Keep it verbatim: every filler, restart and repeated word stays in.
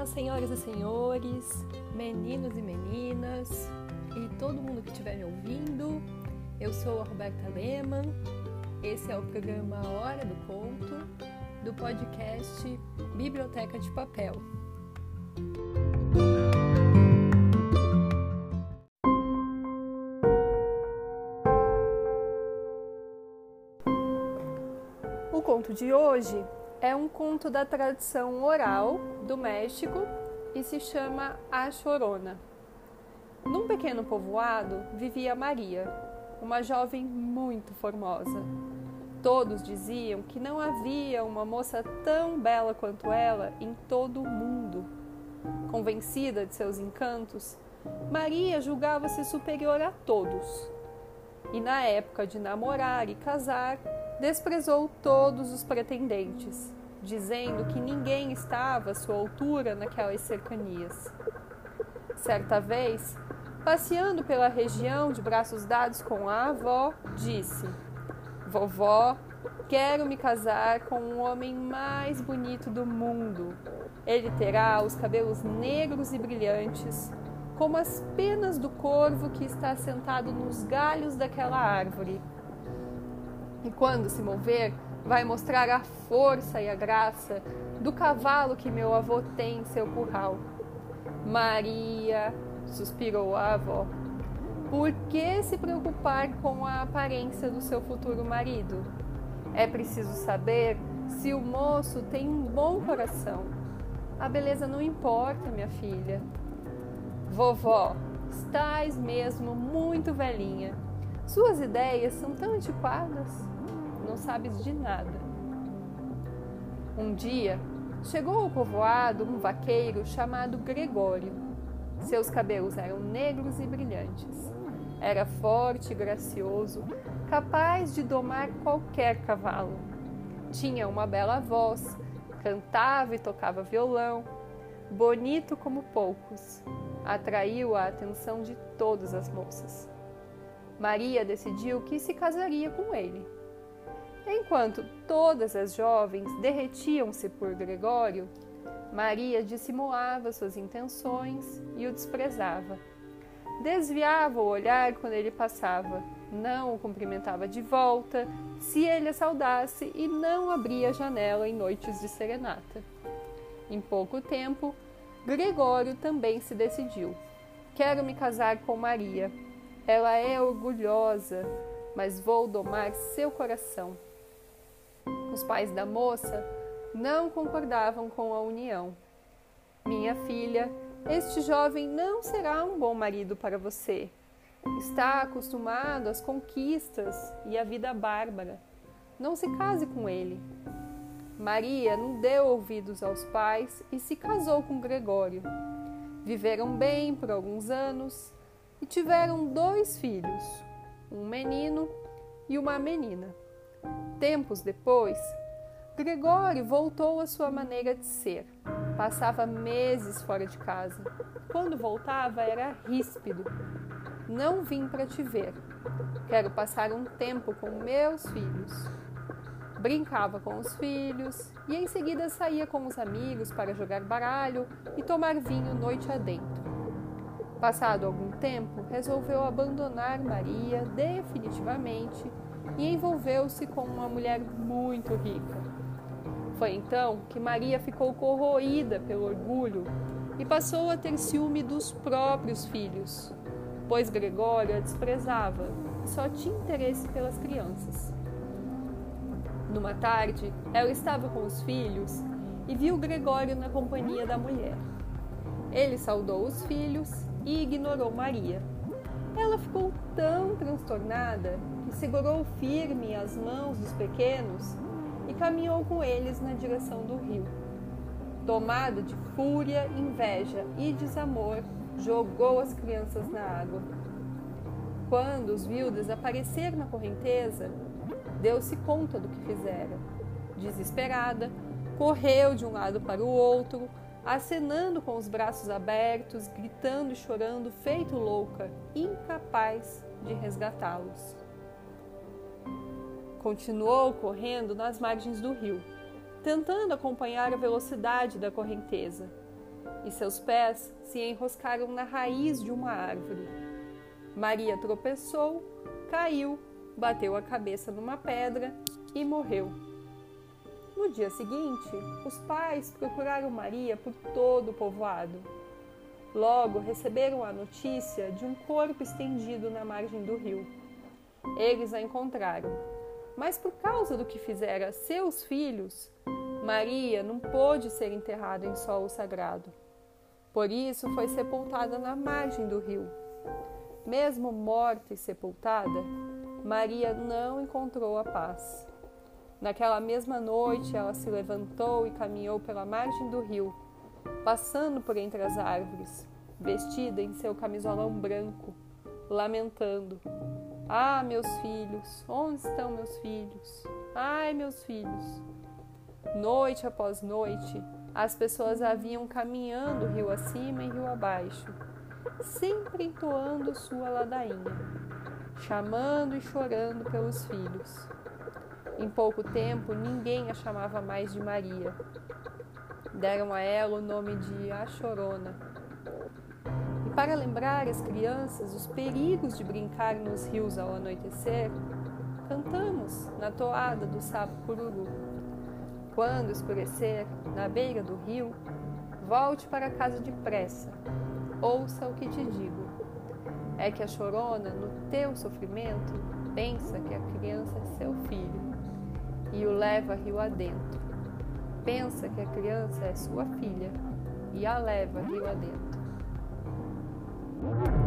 senhoras e senhores, meninos e meninas e todo mundo que estiver me ouvindo. Eu sou a Roberta Lehmann, esse é o programa Hora do Conto, do podcast Biblioteca de Papel. O conto de hoje é um conto da tradição oral do México e se chama A Chorona. Num pequeno povoado vivia Maria, uma jovem muito formosa. Todos diziam que não havia uma moça tão bela quanto ela em todo o mundo. Convencida de seus encantos, Maria julgava-se superior a todos. E na época de namorar e casar, desprezou todos os pretendentes, dizendo que ninguém estava à sua altura naquelas cercanias. Certa vez, passeando pela região de braços dados com a avó, disse: "Vovó, quero me casar com o homem mais bonito do mundo. Ele terá os cabelos negros e brilhantes, como as penas do corvo que está sentado nos galhos daquela árvore. E quando se mover, vai mostrar a força e a graça do cavalo que meu avô tem em seu curral." "Maria", suspirou a avó, "por que se preocupar com a aparência do seu futuro marido? É preciso saber se o moço tem um bom coração. A beleza não importa, minha filha." "Vovó, estás mesmo muito velhinha. Suas ideias são tão antiquadas. Não sabes de nada." Um dia, chegou ao povoado um vaqueiro chamado Gregório. Seus cabelos eram negros e brilhantes. Era forte e gracioso, capaz de domar qualquer cavalo. Tinha uma bela voz, cantava e tocava violão, bonito como poucos. Atraiu a atenção de todas as moças. Maria decidiu que se casaria com ele. Enquanto todas as jovens derretiam-se por Gregório, Maria dissimulava suas intenções e o desprezava. Desviava o olhar quando ele passava, não o cumprimentava de volta se ele a saudasse e não abria a janela em noites de serenata. Em pouco tempo, Gregório também se decidiu. "Quero me casar com Maria. Ela é orgulhosa, mas vou domar seu coração." Os pais da moça não concordavam com a união. "Minha filha, este jovem não será um bom marido para você. Está acostumado às conquistas e à vida bárbara. Não se case com ele." Maria não deu ouvidos aos pais e se casou com Gregório. Viveram bem por alguns anos e tiveram dois filhos, um menino e uma menina. Tempos depois, Gregório voltou à sua maneira de ser. Passava meses fora de casa. Quando voltava, era ríspido. "Não vim para te ver. Quero passar um tempo com meus filhos." Brincava com os filhos e em seguida saía com os amigos para jogar baralho e tomar vinho noite adentro. Passado algum tempo, resolveu abandonar Maria definitivamente e envolveu-se com uma mulher muito rica. Foi então que Maria ficou corroída pelo orgulho e passou a ter ciúme dos próprios filhos, pois Gregório a desprezava e só tinha interesse pelas crianças. Numa tarde, ela estava com os filhos e viu Gregório na companhia da mulher. Ele saudou os filhos e ignorou Maria. Ela ficou tão transtornada que segurou firme as mãos dos pequenos e caminhou com eles na direção do rio. Tomada de fúria, inveja e desamor, jogou as crianças na água. Quando os viu desaparecer na correnteza, deu-se conta do que fizera. Desesperada, correu de um lado para o outro, acenando com os braços abertos, gritando e chorando, feito louca, incapaz de resgatá-los. Continuou correndo nas margens do rio, tentando acompanhar a velocidade da correnteza, e seus pés se enroscaram na raiz de uma árvore. Maria tropeçou, caiu, bateu a cabeça numa pedra e morreu. No dia seguinte, os pais procuraram Maria por todo o povoado. Logo receberam a notícia de um corpo estendido na margem do rio. Eles a encontraram, mas por causa do que fizera a seus filhos, Maria não pôde ser enterrada em solo sagrado. Por isso foi sepultada na margem do rio. Mesmo morta e sepultada, Maria não encontrou a paz. Naquela mesma noite, ela se levantou e caminhou pela margem do rio, passando por entre as árvores, vestida em seu camisolão branco, lamentando: "Ah, meus filhos, onde estão meus filhos? Ai, meus filhos!" Noite após noite, as pessoas a viam caminhando rio acima e rio abaixo, sempre entoando sua ladainha, chamando e chorando pelos filhos. Em pouco tempo, ninguém a chamava mais de Maria. Deram a ela o nome de A Chorona. E para lembrar as crianças os perigos de brincar nos rios ao anoitecer, cantamos na toada do sapo cururu. Quando escurecer, na beira do rio, volte para casa depressa. Ouça o que te digo. É que a chorona, no teu sofrimento, pensa que a criança é seu filho e o leva rio adentro. Pensa que a criança é sua filha e a leva rio adentro.